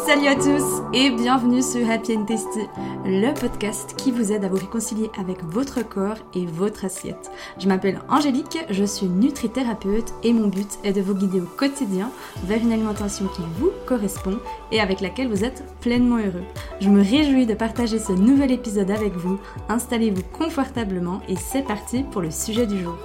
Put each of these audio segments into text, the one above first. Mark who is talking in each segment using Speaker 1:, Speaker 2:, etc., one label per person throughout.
Speaker 1: Salut à tous et bienvenue sur Happy and Tasty, le podcast qui vous aide à vous réconcilier avec votre corps et votre assiette. Je m'appelle Angélique, je suis nutrithérapeute et mon but est de vous guider au quotidien vers une alimentation qui vous correspond et avec laquelle vous êtes pleinement heureux. Je me réjouis de partager ce nouvel épisode avec vous, installez-vous confortablement et c'est parti pour le sujet du jour.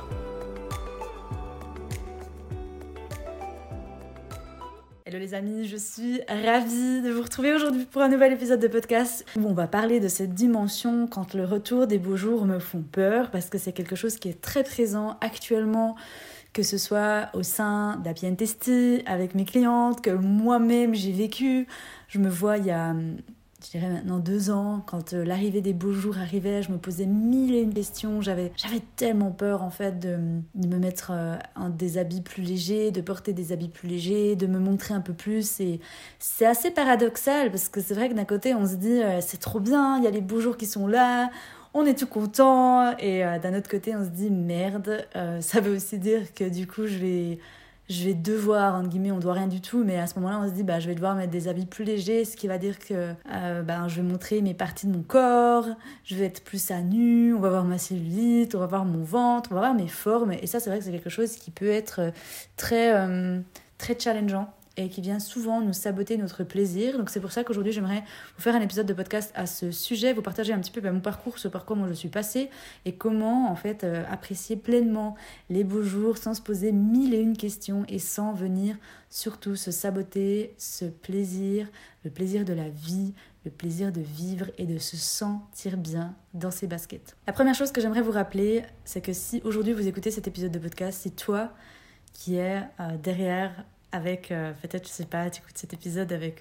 Speaker 1: Hello les amis, je suis ravie de vous retrouver aujourd'hui pour un nouvel épisode de podcast où on va parler de cette dimension quand le retour des beaux jours me font peur parce que c'est quelque chose qui est très présent actuellement, que ce soit au sein d'Happy and Tasty, avec mes clientes, que moi-même j'ai vécu. Je me vois il y a, je dirais maintenant 2 ans, quand l'arrivée des beaux jours arrivait, je me posais 1001 questions. J'avais tellement peur en fait de me mettre des habits plus légers, de porter des habits plus légers, de me montrer un peu plus. Et c'est assez paradoxal parce que c'est vrai que d'un côté on se dit c'est trop bien, il y a les beaux jours qui sont là, on est tout content. Et d'un autre côté on se dit merde, ça veut aussi dire que du coup je vais devoir, entre guillemets, on doit rien du tout, mais à ce moment-là, on se dit, je vais devoir mettre des habits plus légers, ce qui va dire que je vais montrer mes parties de mon corps, je vais être plus à nu, on va voir ma cellulite, on va voir mon ventre, on va voir mes formes, et ça, c'est vrai que c'est quelque chose qui peut être très challengeant et qui vient souvent nous saboter notre plaisir. Donc c'est pour ça qu'aujourd'hui j'aimerais vous faire un épisode de podcast à ce sujet, vous partager un petit peu mon parcours, ce par quoi moi je suis passée et comment en fait apprécier pleinement les beaux jours sans se poser 1001 questions et sans venir surtout se saboter ce plaisir, le plaisir de la vie, le plaisir de vivre et de se sentir bien dans ses baskets. La première chose que j'aimerais vous rappeler, c'est que si aujourd'hui vous écoutez cet épisode de podcast, c'est toi qui es derrière avec, peut-être, je sais pas, tu écoutes cet épisode avec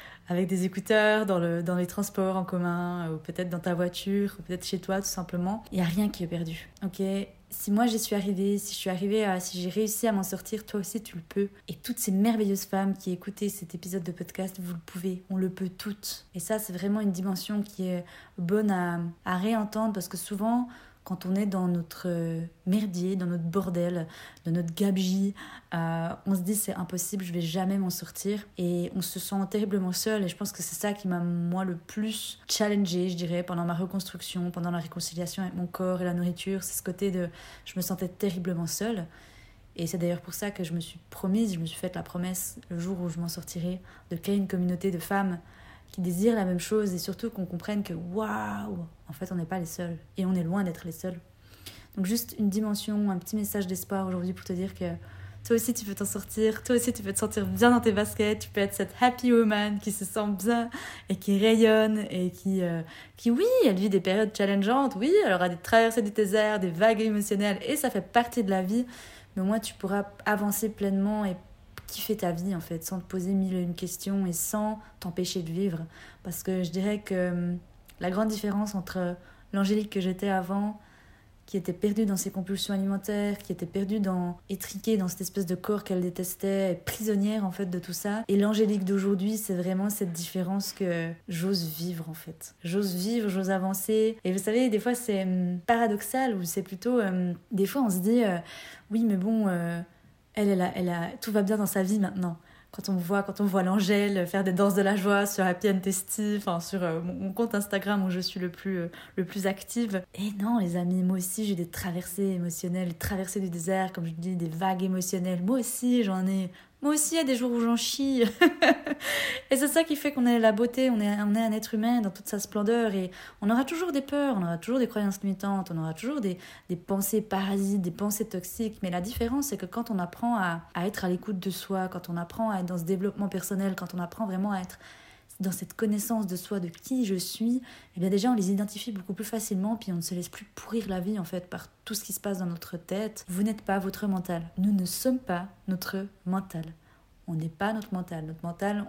Speaker 1: des écouteurs dans les transports en commun, ou peut-être dans ta voiture, ou peut-être chez toi tout simplement. Il n'y a rien qui est perdu, ok ? Si moi j'y suis arrivée, si j'ai réussi à m'en sortir, toi aussi tu le peux. Et toutes ces merveilleuses femmes qui écoutaient cet épisode de podcast, vous le pouvez, on le peut toutes. Et ça c'est vraiment une dimension qui est bonne à réentendre parce que souvent, quand on est dans notre merdier, dans notre bordel, dans notre gabegie, on se dit c'est impossible, je vais jamais m'en sortir. Et on se sent terriblement seul. Et je pense que c'est ça qui m'a, moi, le plus challengée, je dirais, pendant ma reconstruction, pendant la réconciliation avec mon corps et la nourriture. C'est ce côté de... Je me sentais terriblement seule. Et c'est d'ailleurs pour ça que je me suis faite la promesse, le jour où je m'en sortirai, de créer une communauté de femmes qui désirent la même chose et surtout qu'on comprenne que waouh, en fait on n'est pas les seuls et on est loin d'être les seuls. Donc juste une dimension, un petit message d'espoir aujourd'hui pour te dire que toi aussi tu peux t'en sortir, toi aussi tu peux te sentir bien dans tes baskets, tu peux être cette happy woman qui se sent bien et qui rayonne et qui oui, elle vit des périodes challengeantes, oui, elle aura des traversées du désert, des vagues émotionnelles et ça fait partie de la vie, mais au moins tu pourras avancer pleinement et kiffer ta vie en fait, sans te poser 1001 questions et sans t'empêcher de vivre. Parce que je dirais que la grande différence entre l'Angélique que j'étais avant, qui était perdue dans ses compulsions alimentaires, qui était perdue étriquée dans cette espèce de corps qu'elle détestait, prisonnière en fait de tout ça, et l'Angélique d'aujourd'hui, c'est vraiment cette différence que j'ose vivre en fait. J'ose vivre, j'ose avancer. Et vous savez, des fois c'est paradoxal, ou c'est plutôt... des fois on se dit, oui mais bon... Elle a, tout va bien dans sa vie maintenant. Quand on voit l'Angèle faire des danses de la joie sur Happy and Tasty, enfin sur mon compte Instagram où je suis le plus active. Et non les amis, moi aussi j'ai des traversées émotionnelles, des traversées du désert, comme je dis, des vagues émotionnelles. Moi aussi j'en ai. Moi aussi il y a des jours où j'en chie. Et c'est ça qui fait qu'on est la beauté, on est un être humain dans toute sa splendeur. Et on aura toujours des peurs, on aura toujours des croyances limitantes, on aura toujours des pensées parasites, des pensées toxiques. Mais la différence, c'est que quand on apprend à être à l'écoute de soi, quand on apprend à être dans ce développement personnel, quand on apprend vraiment à être dans cette connaissance de soi, de qui je suis, eh bien déjà on les identifie beaucoup plus facilement, puis on ne se laisse plus pourrir la vie en fait par tout ce qui se passe dans notre tête. Vous n'êtes pas votre mental. Nous ne sommes pas notre mental. On n'est pas notre mental. Notre mental,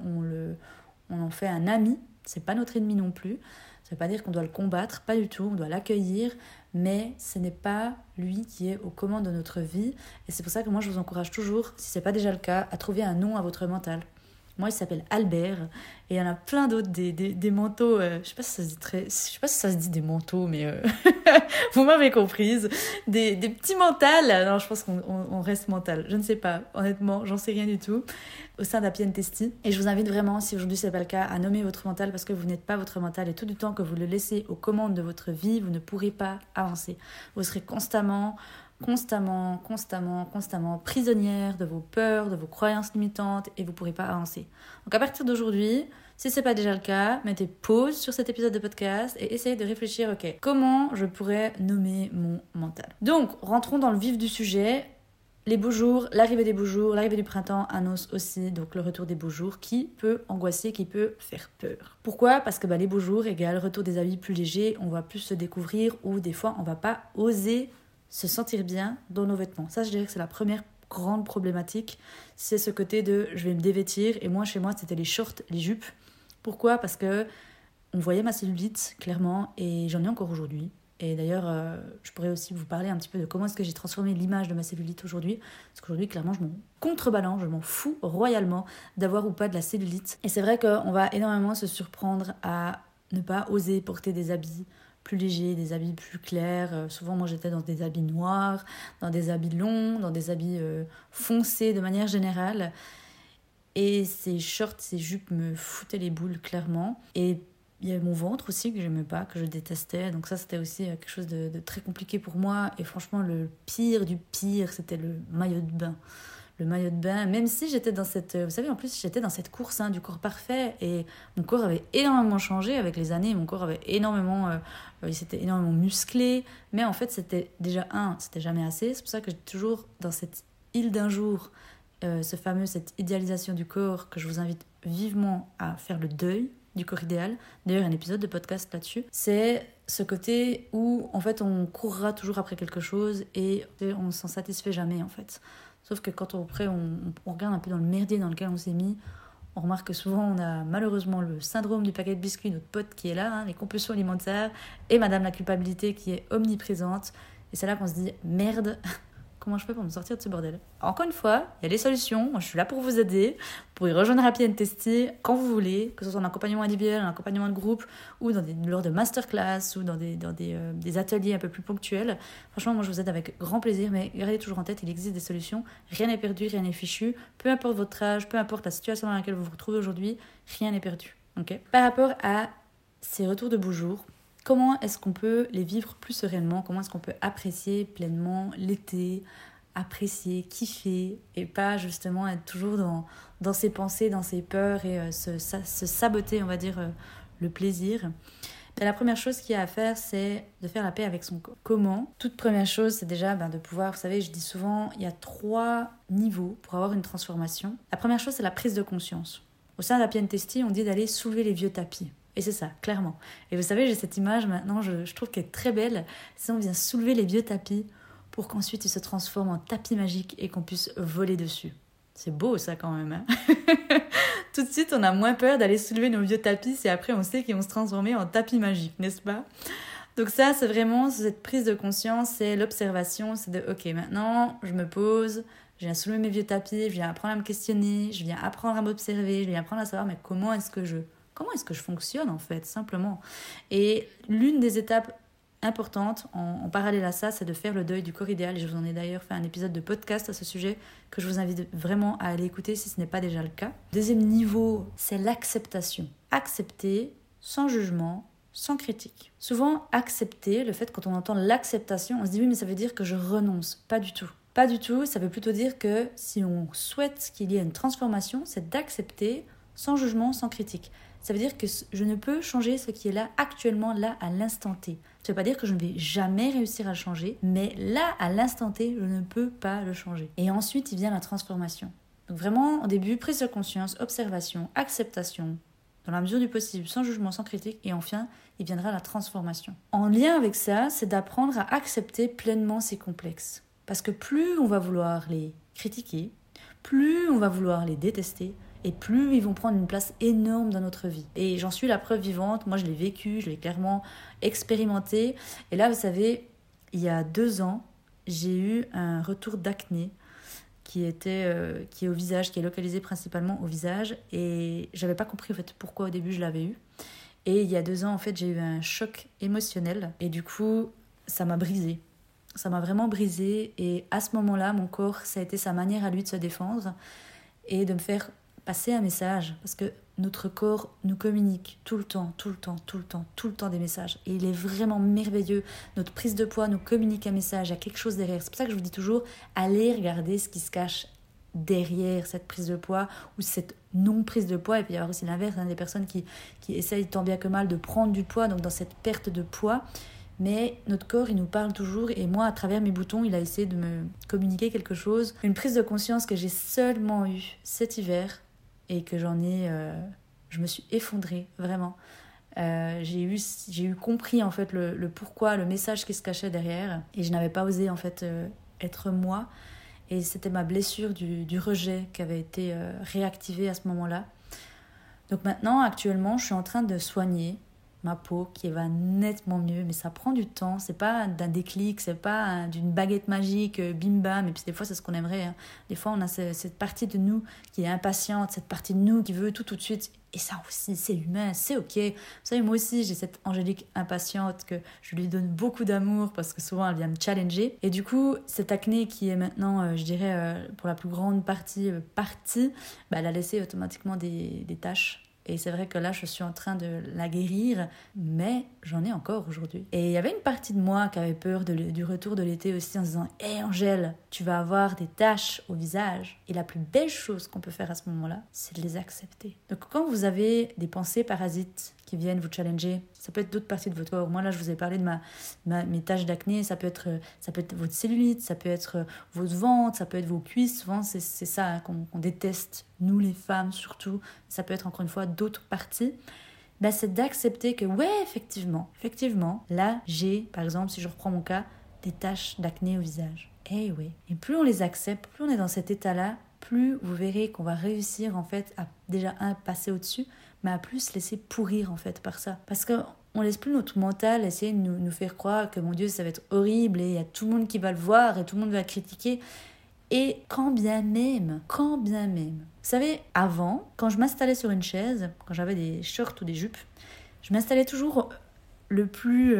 Speaker 1: on en fait un ami. C'est pas notre ennemi non plus. Ça veut pas dire qu'on doit le combattre, pas du tout. On doit l'accueillir, mais ce n'est pas lui qui est aux commandes de notre vie. Et c'est pour ça que moi je vous encourage toujours, si c'est pas déjà le cas, à trouver un nom à votre mental. Moi, il s'appelle Albert. Et il y en a plein d'autres, des manteaux. Je sais pas si ça se dit des manteaux, mais vous m'avez comprise. Des petits mentales. Non, je pense qu'on reste mental. Je ne sais pas. Honnêtement, j'en sais rien du tout. Au sein d'Happy and Tasty. Et je vous invite vraiment, si aujourd'hui c'est pas le cas, à nommer votre mental parce que vous n'êtes pas votre mental. Et tout du temps que vous le laissez aux commandes de votre vie, vous ne pourrez pas avancer. Vous serez constamment prisonnière de vos peurs, de vos croyances limitantes et vous ne pourrez pas avancer. Donc à partir d'aujourd'hui, si ce n'est pas déjà le cas, mettez pause sur cet épisode de podcast et essayez de réfléchir, ok, comment je pourrais nommer mon mental. Donc, rentrons dans le vif du sujet. Les beaux jours, l'arrivée des beaux jours, l'arrivée du printemps annonce aussi donc le retour des beaux jours qui peut angoisser, qui peut faire peur. Pourquoi ? Parce que les beaux jours égale retour des habits plus légers, on va plus se découvrir ou des fois on va pas oser se sentir bien dans nos vêtements. Ça, je dirais que c'est la première grande problématique. C'est ce côté de je vais me dévêtir. Et moi, chez moi, c'était les shorts, les jupes. Pourquoi ? Parce que on voyait ma cellulite, clairement, et j'en ai encore aujourd'hui. Et d'ailleurs, je pourrais aussi vous parler un petit peu de comment est-ce que j'ai transformé l'image de ma cellulite aujourd'hui. Parce qu'aujourd'hui, clairement, je m'en contrebalance, je m'en fous royalement d'avoir ou pas de la cellulite. Et c'est vrai qu'on va énormément se surprendre à ne pas oser porter des habits plus légers, des habits plus clairs. Souvent, moi, j'étais dans des habits noirs, dans des habits longs, dans des habits foncés de manière générale. Et ces shorts, ces jupes me foutaient les boules, clairement. Et il y avait mon ventre aussi que j'aimais pas, que je détestais. Donc ça, c'était aussi quelque chose de très compliqué pour moi. Et franchement, le pire du pire, c'était le maillot de bain. Le maillot de bain, même si j'étais dans cette... Vous savez, en plus, j'étais dans cette course du corps parfait. Et mon corps avait énormément changé avec les années. Mon corps avait énormément... il s'était énormément musclé. Mais en fait, c'était déjà c'était jamais assez. C'est pour ça que j'étais toujours dans cette île d'un jour, cette idéalisation du corps que je vous invite vivement à faire le deuil du corps idéal. D'ailleurs, un épisode de podcast là-dessus. C'est ce côté où, en fait, on courra toujours après quelque chose et on ne s'en satisfait jamais, en fait. Sauf que quand on regarde un peu dans le merdier dans lequel on s'est mis, on remarque que souvent on a malheureusement le syndrome du paquet de biscuits, notre pote qui est là, les compulsions alimentaires, et madame la culpabilité qui est omniprésente. Et c'est là qu'on se dit « Merde, comment je fais pour me sortir de ce bordel ?» Encore une fois, il y a des solutions, moi je suis là pour vous aider. Vous pouvez rejoindre Happy and Tasty quand vous voulez, que ce soit en accompagnement individuel, en accompagnement de groupe, ou lors de masterclass, ou dans des ateliers un peu plus ponctuels. Franchement, moi je vous aide avec grand plaisir, mais gardez toujours en tête, il existe des solutions. Rien n'est perdu, rien n'est fichu. Peu importe votre âge, peu importe la situation dans laquelle vous vous retrouvez aujourd'hui, rien n'est perdu. Okay ? Par rapport à ces retours de beaux jours, comment est-ce qu'on peut les vivre plus sereinement ? Comment est-ce qu'on peut apprécier pleinement l'été, apprécier, kiffer, et pas justement être toujours dans ses pensées, dans ses peurs et se saboter, on va dire, le plaisir. Et la première chose qu'il y a à faire, c'est de faire la paix avec son corps. Comment ? Toute première chose, c'est déjà de pouvoir, vous savez, je dis souvent, il y a 3 niveaux pour avoir une transformation. La première chose, c'est la prise de conscience. Au sein d'Happy and Tasty, on dit d'aller soulever les vieux tapis. Et c'est ça, clairement. Et vous savez, j'ai cette image maintenant, je trouve qu'elle est très belle. C'est on vient soulever les vieux tapis pour qu'ensuite ils se transforment en tapis magiques et qu'on puisse voler dessus. C'est beau ça quand même. Hein. Tout de suite, on a moins peur d'aller soulever nos vieux tapis si après on sait qu'ils vont se transformer en tapis magiques, n'est-ce pas ? Donc ça, c'est vraiment cette prise de conscience, c'est l'observation, c'est de ok, maintenant je me pose, je viens soulever mes vieux tapis, je viens apprendre à me questionner, je viens apprendre à m'observer, je viens apprendre à savoir mais comment est-ce que je fonctionne en fait, simplement. Et l'une des étapes importante en parallèle à ça, c'est de faire le deuil du corps idéal. Et je vous en ai d'ailleurs fait un épisode de podcast à ce sujet que je vous invite vraiment à aller écouter si ce n'est pas déjà le cas. Deuxième niveau, c'est l'acceptation. Accepter sans jugement, sans critique. Souvent, accepter, le fait quand on entend l'acceptation, on se dit oui mais ça veut dire que je renonce. Pas du tout. Pas du tout, ça veut plutôt dire que si on souhaite qu'il y ait une transformation, c'est d'accepter sans jugement, sans critique. Ça veut dire que je ne peux changer ce qui est là, actuellement, là, à l'instant T. Ça ne veut pas dire que je ne vais jamais réussir à le changer, mais là, à l'instant T, je ne peux pas le changer. Et ensuite, il vient la transformation. Donc vraiment, au début, prise de conscience, observation, acceptation, dans la mesure du possible, sans jugement, sans critique, et enfin, il viendra la transformation. En lien avec ça, c'est d'apprendre à accepter pleinement ces complexes. Parce que plus on va vouloir les critiquer, plus on va vouloir les détester, et plus ils vont prendre une place énorme dans notre vie. Et j'en suis la preuve vivante, moi je l'ai vécu, je l'ai clairement expérimenté. Et là, vous savez, il y a 2 ans, j'ai eu un retour d'acné qui est au visage, qui est localisé principalement au visage. Et j'avais pas compris en fait pourquoi au début je l'avais eu. Et il y a 2 ans, en fait, j'ai eu un choc émotionnel. Et du coup, ça m'a brisée. Ça m'a vraiment brisée. Et à ce moment-là, mon corps, ça a été sa manière à lui de se défendre et de me faire passer un message. Parce que notre corps nous communique tout le temps des messages. Et il est vraiment merveilleux. Notre prise de poids nous communique un message. Il y a quelque chose derrière. C'est pour ça que je vous dis toujours, allez regarder ce qui se cache derrière cette prise de poids ou cette non-prise de poids. Et puis il y a aussi l'inverse, des personnes qui essayent tant bien que mal de prendre du poids, donc dans cette perte de poids. Mais notre corps, il nous parle toujours. Et moi, à travers mes boutons, il a essayé de me communiquer quelque chose. Une prise de conscience que j'ai seulement eue cet hiver et que je me suis effondrée, vraiment. J'ai eu compris en fait le pourquoi, le message qui se cachait derrière. Et je n'avais pas osé en fait être moi. Et c'était ma blessure du rejet qui avait été réactivée à ce moment-là. Donc maintenant, actuellement, je suis en train de soigner ma peau qui va nettement mieux, mais ça prend du temps. C'est pas d'un déclic, c'est pas d'une baguette magique, bim bam. Et puis des fois, c'est ce qu'on aimerait. Hein. Des fois, on a cette partie de nous qui est impatiente, cette partie de nous qui veut tout de suite. Et ça aussi, c'est humain, c'est ok. Vous savez, moi aussi, j'ai cette Angélique impatiente que je lui donne beaucoup d'amour parce que souvent, elle vient me challenger. Et du coup, cette acné qui est maintenant, je dirais, pour la plus grande partie, elle a laissé automatiquement des taches. Et c'est vrai que là, je suis en train de la guérir, mais j'en ai encore aujourd'hui. Et il y avait une partie de moi qui avait peur du retour de l'été aussi en se disant « Hé Angèle, tu vas avoir des taches au visage. » Et la plus belle chose qu'on peut faire à ce moment-là, c'est de les accepter. Donc quand vous avez des pensées parasites qui viennent vous challenger, ça peut être d'autres parties de votre corps. Moi là, je vous ai parlé de mes taches d'acné, ça peut être votre cellulite, ça peut être votre ventre, ça peut être vos cuisses. Souvent, c'est ça hein, qu'on déteste, nous les femmes surtout. Ça peut être encore une fois d'autres parties. C'est d'accepter que ouais, effectivement, là, j'ai, par exemple, si je reprends mon cas, des taches d'acné au visage. Eh oui. Et plus on les accepte, plus on est dans cet état-là, plus vous verrez qu'on va réussir en fait à déjà passer au-dessus, mais à plus se laisser pourrir en fait par ça. Parce qu'on laisse plus notre mental essayer de nous faire croire que mon Dieu, ça va être horrible et il y a tout le monde qui va le voir et tout le monde va critiquer. Et quand bien même, vous savez, avant, quand je m'installais sur une chaise, quand j'avais des shorts ou des jupes, je m'installais toujours le plus,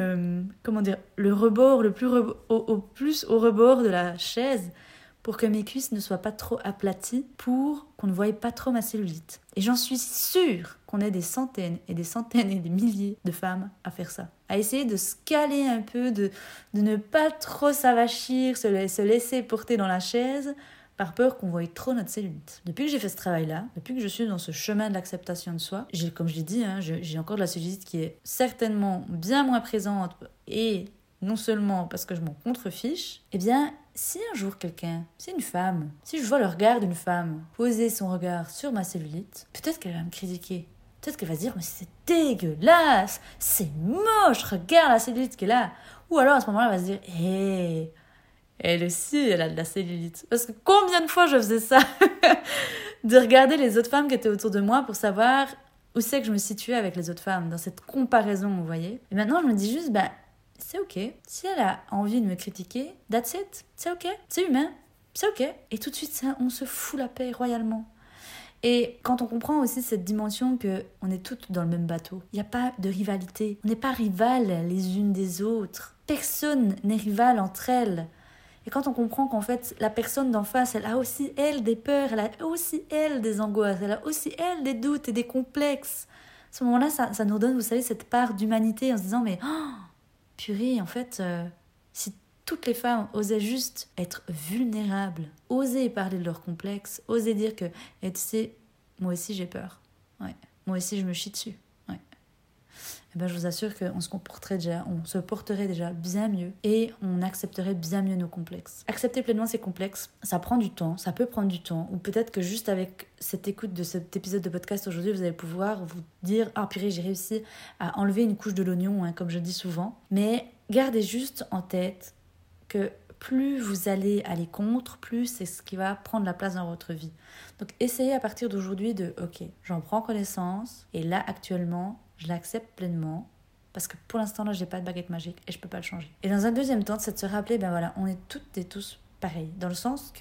Speaker 1: le rebord, au plus au rebord de la chaise pour que mes cuisses ne soient pas trop aplaties, pour qu'on ne voie pas trop ma cellulite. Et j'en suis sûre qu'on ait des centaines et des milliers de femmes à faire ça. À essayer de se caler un peu, de ne pas trop s'avachir, se laisser porter dans la chaise par peur qu'on voie trop notre cellulite. Depuis que j'ai fait ce travail-là, depuis que je suis dans ce chemin de l'acceptation de soi, comme je l'ai dit, j'ai encore de la cellulite qui est certainement bien moins présente et non seulement parce que je m'en contrefiche, eh bien, si un jour si une femme, si je vois le regard d'une femme poser son regard sur ma cellulite, peut-être qu'elle va me critiquer. Peut-être qu'elle va se dire « Mais c'est dégueulasse, c'est moche, regarde la cellulite qu'elle a !» Ou alors à ce moment-là, elle va se dire « Hé, elle aussi, elle a de la cellulite. » Parce que combien de fois je faisais ça de regarder les autres femmes qui étaient autour de moi pour savoir où c'est que je me situais avec les autres femmes, dans cette comparaison, vous voyez. Et maintenant, je me dis juste c'est ok. Si elle a envie de me critiquer, that's it. C'est ok. C'est humain. C'est ok. Et tout de suite, ça, on se fout la paix royalement. Et quand on comprend aussi cette dimension qu'on est toutes dans le même bateau, il n'y a pas de rivalité. On n'est pas rivales les unes des autres. Personne n'est rival entre elles. Et quand on comprend qu'en fait, la personne d'en face, elle a aussi, elle, des peurs, elle a aussi, elle, des angoisses, elle a aussi, elle, des doutes et des complexes. À ce moment-là, ça nous donne, vous savez, cette part d'humanité en se disant, mais... purée, en fait, si toutes les femmes osaient juste être vulnérables, oser parler de leurs complexes, oser dire que, tu sais, moi aussi j'ai peur. Ouais. Moi aussi je me chie dessus. Ouais. Et je vous assure qu'on se porterait déjà bien mieux et on accepterait bien mieux nos complexes. Accepter pleinement ces complexes, ça prend du temps, ça peut prendre du temps. Ou peut-être que juste avec cette écoute de cet épisode de podcast aujourd'hui, vous allez pouvoir vous dire « Ah purée, j'ai réussi à enlever une couche de l'oignon, hein, comme je dis souvent. » Mais gardez juste en tête que plus vous allez aller contre, plus c'est ce qui va prendre la place dans votre vie. Donc essayez à partir d'aujourd'hui de « Ok, j'en prends connaissance et là actuellement, je l'accepte pleinement parce que pour l'instant là, j'ai pas de baguette magique et je peux pas le changer. » Et dans un deuxième temps, c'est de se rappeler, on est toutes et tous pareils, dans le sens que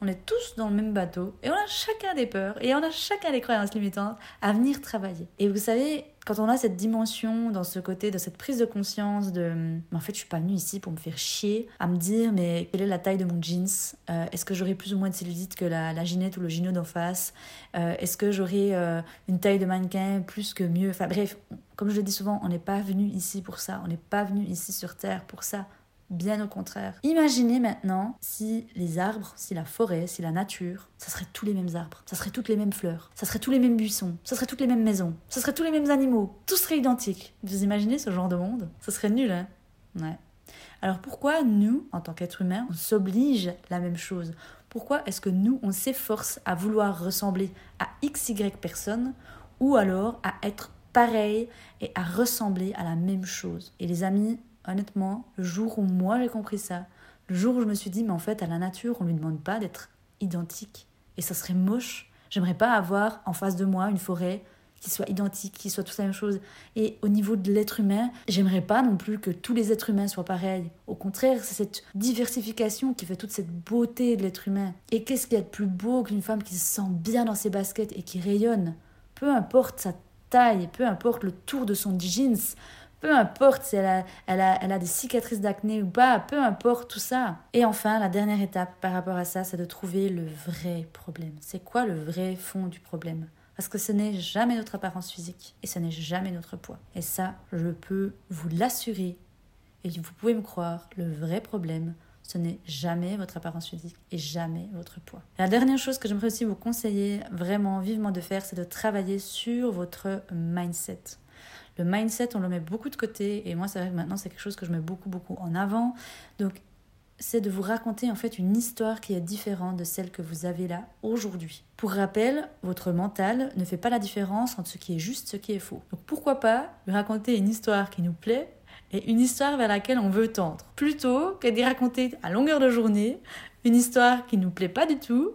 Speaker 1: on est tous dans le même bateau et on a chacun des peurs et on a chacun des croyances limitantes à venir travailler. Et vous savez, quand on a cette dimension dans ce côté, de cette prise de conscience de en fait je suis pas venue ici pour me faire chier, à me dire mais quelle est la taille de mon jeans, est-ce que j'aurai plus ou moins de cellulite que la ginette ou le ginot d'en face, est-ce que j'aurai une taille de mannequin plus que mieux, enfin bref, comme je le dis souvent, on n'est pas venu ici pour ça, on n'est pas venu ici sur Terre pour ça. Bien au contraire. Imaginez maintenant si les arbres, si la forêt, si la nature, ça serait tous les mêmes arbres, ça serait toutes les mêmes fleurs, ça serait tous les mêmes buissons, ça serait toutes les mêmes maisons, ça serait tous les mêmes animaux, tout serait identique. Vous imaginez ce genre de monde? Ça serait nul, hein? Ouais. Alors pourquoi nous, en tant qu'êtres humains, on s'oblige la même chose? Pourquoi est-ce que nous, on s'efforce à vouloir ressembler à XY personne ou alors à être pareil et à ressembler à la même chose? Et les amis, honnêtement, le jour où moi j'ai compris ça, le jour où je me suis dit, mais en fait, à la nature, on lui demande pas d'être identique. Et ça serait moche. J'aimerais pas avoir en face de moi une forêt qui soit identique, qui soit toute la même chose. Et au niveau de l'être humain, j'aimerais pas non plus que tous les êtres humains soient pareils. Au contraire, c'est cette diversification qui fait toute cette beauté de l'être humain. Et qu'est-ce qu'il y a de plus beau qu'une femme qui se sent bien dans ses baskets et qui rayonne? Peu importe sa taille, peu importe le tour de son jeans, peu importe si elle a des cicatrices d'acné ou pas, peu importe tout ça. Et enfin, la dernière étape par rapport à ça, c'est de trouver le vrai problème. C'est quoi le vrai fond du problème? Parce que ce n'est jamais notre apparence physique et ce n'est jamais notre poids. Et ça, je peux vous l'assurer et vous pouvez me croire, le vrai problème, ce n'est jamais votre apparence physique et jamais votre poids. La dernière chose que j'aimerais aussi vous conseiller vraiment vivement de faire, c'est de travailler sur votre mindset. Le mindset, on le met beaucoup de côté et moi, c'est vrai que maintenant, c'est quelque chose que je mets beaucoup en avant. Donc, c'est de vous raconter en fait une histoire qui est différente de celle que vous avez là aujourd'hui. Pour rappel, votre mental ne fait pas la différence entre ce qui est juste et ce qui est faux. Donc, pourquoi pas lui raconter une histoire qui nous plaît et une histoire vers laquelle on veut tendre, plutôt que d'y raconter à longueur de journée une histoire qui ne nous plaît pas du tout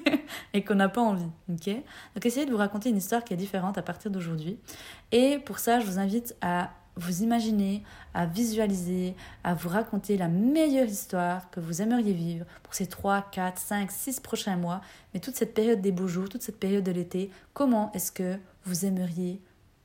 Speaker 1: et qu'on n'a pas envie. Okay? Donc essayez de vous raconter une histoire qui est différente à partir d'aujourd'hui. Et pour ça, je vous invite à vous imaginer, à visualiser, à vous raconter la meilleure histoire que vous aimeriez vivre pour ces 3, 4, 5, 6 prochains mois, mais toute cette période des beaux jours, toute cette période de l'été, comment est-ce que vous aimeriez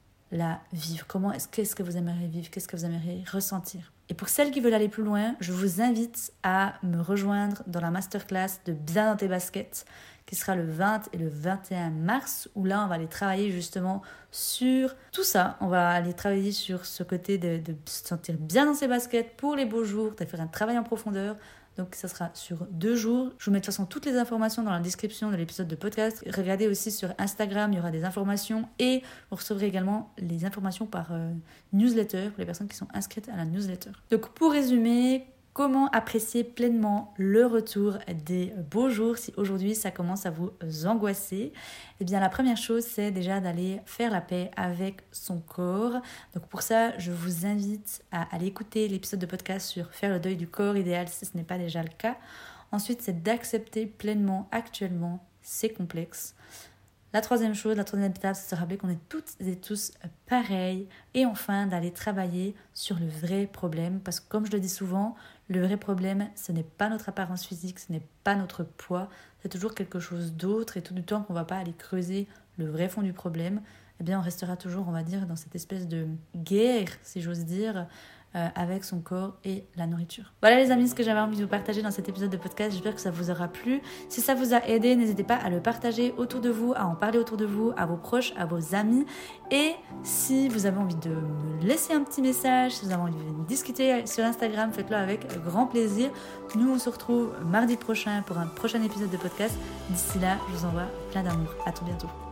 Speaker 1: la vivre? Qu'est-ce que vous aimeriez vivre? Qu'est-ce que vous aimeriez ressentir? Et pour celles qui veulent aller plus loin, je vous invite à me rejoindre dans la masterclass de Bien dans tes baskets, qui sera le 20 et le 21 mars, où là, on va aller travailler justement sur tout ça. On va aller travailler sur ce côté de se sentir bien dans ses baskets pour les beaux jours, de faire un travail en profondeur. Donc ça sera sur 2 jours. Je vous mets de toute façon toutes les informations dans la description de l'épisode de podcast. Regardez aussi sur Instagram, il y aura des informations et vous recevrez également les informations par newsletter pour les personnes qui sont inscrites à la newsletter. Donc pour résumer, comment apprécier pleinement le retour des beaux jours si aujourd'hui ça commence à vous angoisser? Eh bien la première chose, c'est déjà d'aller faire la paix avec son corps. Donc pour ça, je vous invite à aller écouter l'épisode de podcast sur faire le deuil du corps idéal si ce n'est pas déjà le cas. Ensuite, c'est d'accepter pleinement actuellement ses complexes. La troisième étape, c'est de se rappeler qu'on est toutes et tous pareils. Et enfin, d'aller travailler sur le vrai problème. Parce que comme je le dis souvent, le vrai problème, ce n'est pas notre apparence physique, ce n'est pas notre poids. C'est toujours quelque chose d'autre. Et tout du temps qu'on ne va pas aller creuser le vrai fond du problème, eh bien, on restera toujours, on va dire, dans cette espèce de guerre, si j'ose dire, avec son corps et la nourriture. Voilà les amis, ce que j'avais envie de vous partager dans cet épisode de podcast. J'espère que ça vous aura plu. Si ça vous a aidé, n'hésitez pas à le partager autour de vous, à en parler autour de vous, à vos proches, à vos amis. Et si vous avez envie de me laisser un petit message, si vous avez envie de discuter sur Instagram, faites-le avec grand plaisir. Nous, on se retrouve mardi prochain pour un prochain épisode de podcast. D'ici là, je vous envoie plein d'amour. À tout bientôt.